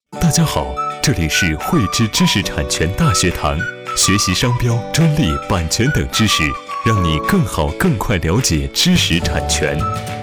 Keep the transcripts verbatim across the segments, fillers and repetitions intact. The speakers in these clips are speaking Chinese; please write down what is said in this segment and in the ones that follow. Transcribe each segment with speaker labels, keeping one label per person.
Speaker 1: 大家好，这里是汇知知识产权大学堂，学习商标、专利、版权等知识，让你更好、更快了解知识产权。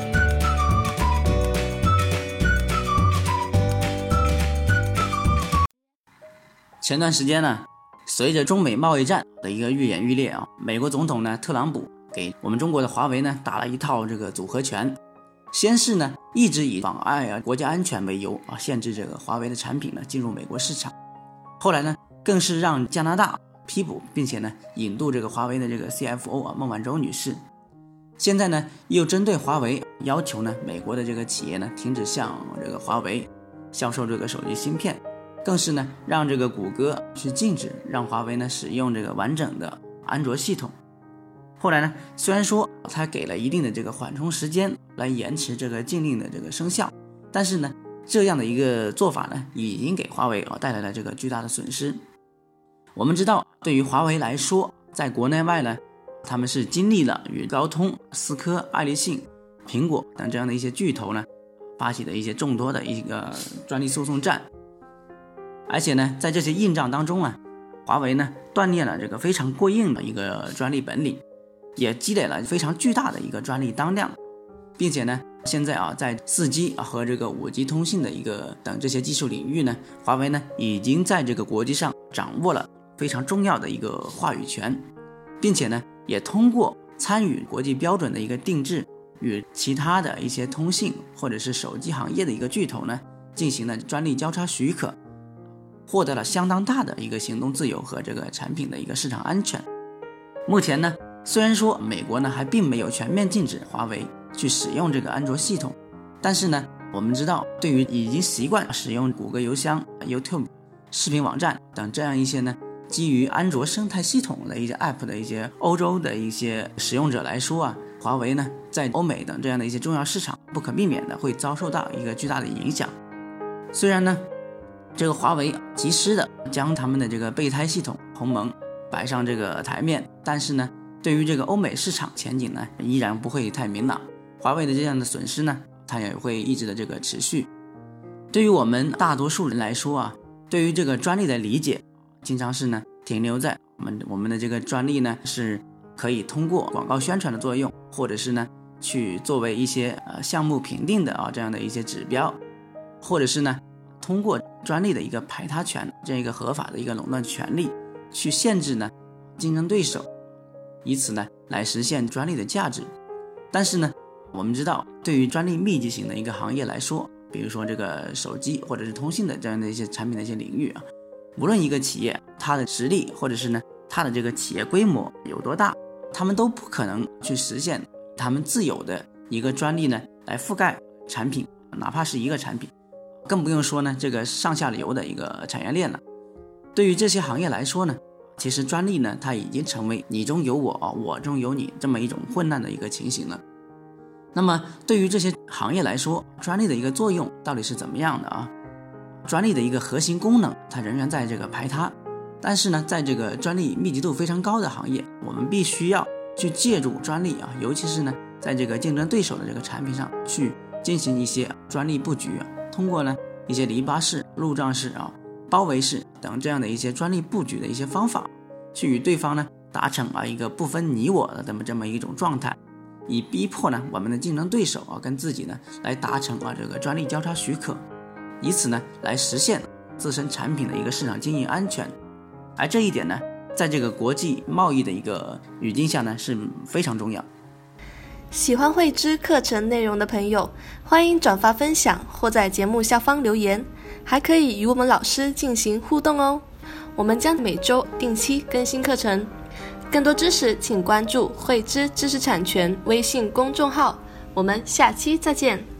Speaker 2: 前段时间呢，随着中美贸易战的一个愈演愈烈啊，美国总统呢特朗普给我们中国的华为呢打了一套这个组合拳。先是呢一直以妨碍啊国家安全为由啊，限制这个华为的产品呢进入美国市场。后来呢，更是让加拿大批捕，并且呢引渡这个华为的这个 C F O 啊孟晚舟女士。现在呢又针对华为要求呢美国的这个企业呢停止向这个华为销售这个手机芯片，更是呢让这个谷歌去禁止让华为呢使用这个完整的安卓系统。后来呢，虽然说他给了一定的这个缓冲时间来延迟这个禁令的这个生效，但是呢，这样的一个做法呢，已经给华为啊带来了这个巨大的损失。我们知道，对于华为来说，在国内外呢，他们是经历了与高通、思科、爱立信、苹果等这样的一些巨头呢，发起的一些众多的一个专利诉讼战，而且呢，在这些硬仗当中啊，华为呢锻炼了这个非常过硬的一个专利本领。也积累了非常巨大的一个专利当量，并且呢，现在啊，在 四 G 和这个 五 G 通信的一个等这些技术领域呢，华为呢已经在这个国际上掌握了非常重要的一个话语权，并且呢，也通过参与国际标准的一个定制，与其他的一些通信或者是手机行业的一个巨头呢，进行了专利交叉许可，获得了相当大的一个行动自由和这个产品的一个市场安全。目前呢，虽然说美国呢还并没有全面禁止华为去使用这个安卓系统，但是呢，我们知道对于已经习惯使用谷歌邮箱、YouTube 视频网站等这样一些呢基于安卓生态系统的一些 App 的一些欧洲的一些使用者来说啊，华为呢在欧美等这样的一些重要市场不可避免的会遭受到一个巨大的影响。虽然呢，这个华为及时的将他们的这个备胎系统鸿蒙摆上这个台面，但是呢，对于这个欧美市场前景呢，依然不会太明朗。华为的这样的损失呢，它也会一直的这个持续。对于我们大多数人来说啊，对于这个专利的理解，经常是呢停留在我们我们的这个专利呢是可以通过广告宣传的作用，或者是呢去作为一些呃项目评定的啊这样的一些指标，或者是呢通过专利的一个排他权这样一个合法的一个垄断权利去限制呢竞争对手，以此呢来实现专利的价值。但是呢，我们知道对于专利密集型的一个行业来说，比如说这个手机或者是通信的这样的一些产品的一些领域啊，无论一个企业它的实力或者是呢它的这个企业规模有多大，他们都不可能去实现他们自有的一个专利呢来覆盖产品，哪怕是一个产品，更不用说呢这个上下游的一个产业链了。对于这些行业来说呢，其实专利呢，它已经成为你中有我，我中有你这么一种混乱的一个情形了。那么对于这些行业来说，专利的一个作用到底是怎么样的啊？专利的一个核心功能，它仍然在这个排他，但是呢，在这个专利密集度非常高的行业，我们必须要去借助专利啊，尤其是呢，在这个竞争对手的这个产品上去进行一些专利布局啊，通过呢一些篱笆式、路障式啊、包围式等这样的一些专利布局的一些方法，去与对方呢达成啊一个不分你我的这么这么一种状态，以逼迫呢我们的竞争对手啊跟自己呢来达成啊这个专利交叉许可，以此呢来实现自身产品的一个市场经营安全。而这一点呢，在这个国际贸易的一个语境下呢是非常重要。
Speaker 3: 喜欢汇知课程内容的朋友，欢迎转发分享或在节目下方留言，还可以与我们老师进行互动哦。我们将每周定期更新课程，更多知识请关注汇知知识产权微信公众号。我们下期再见。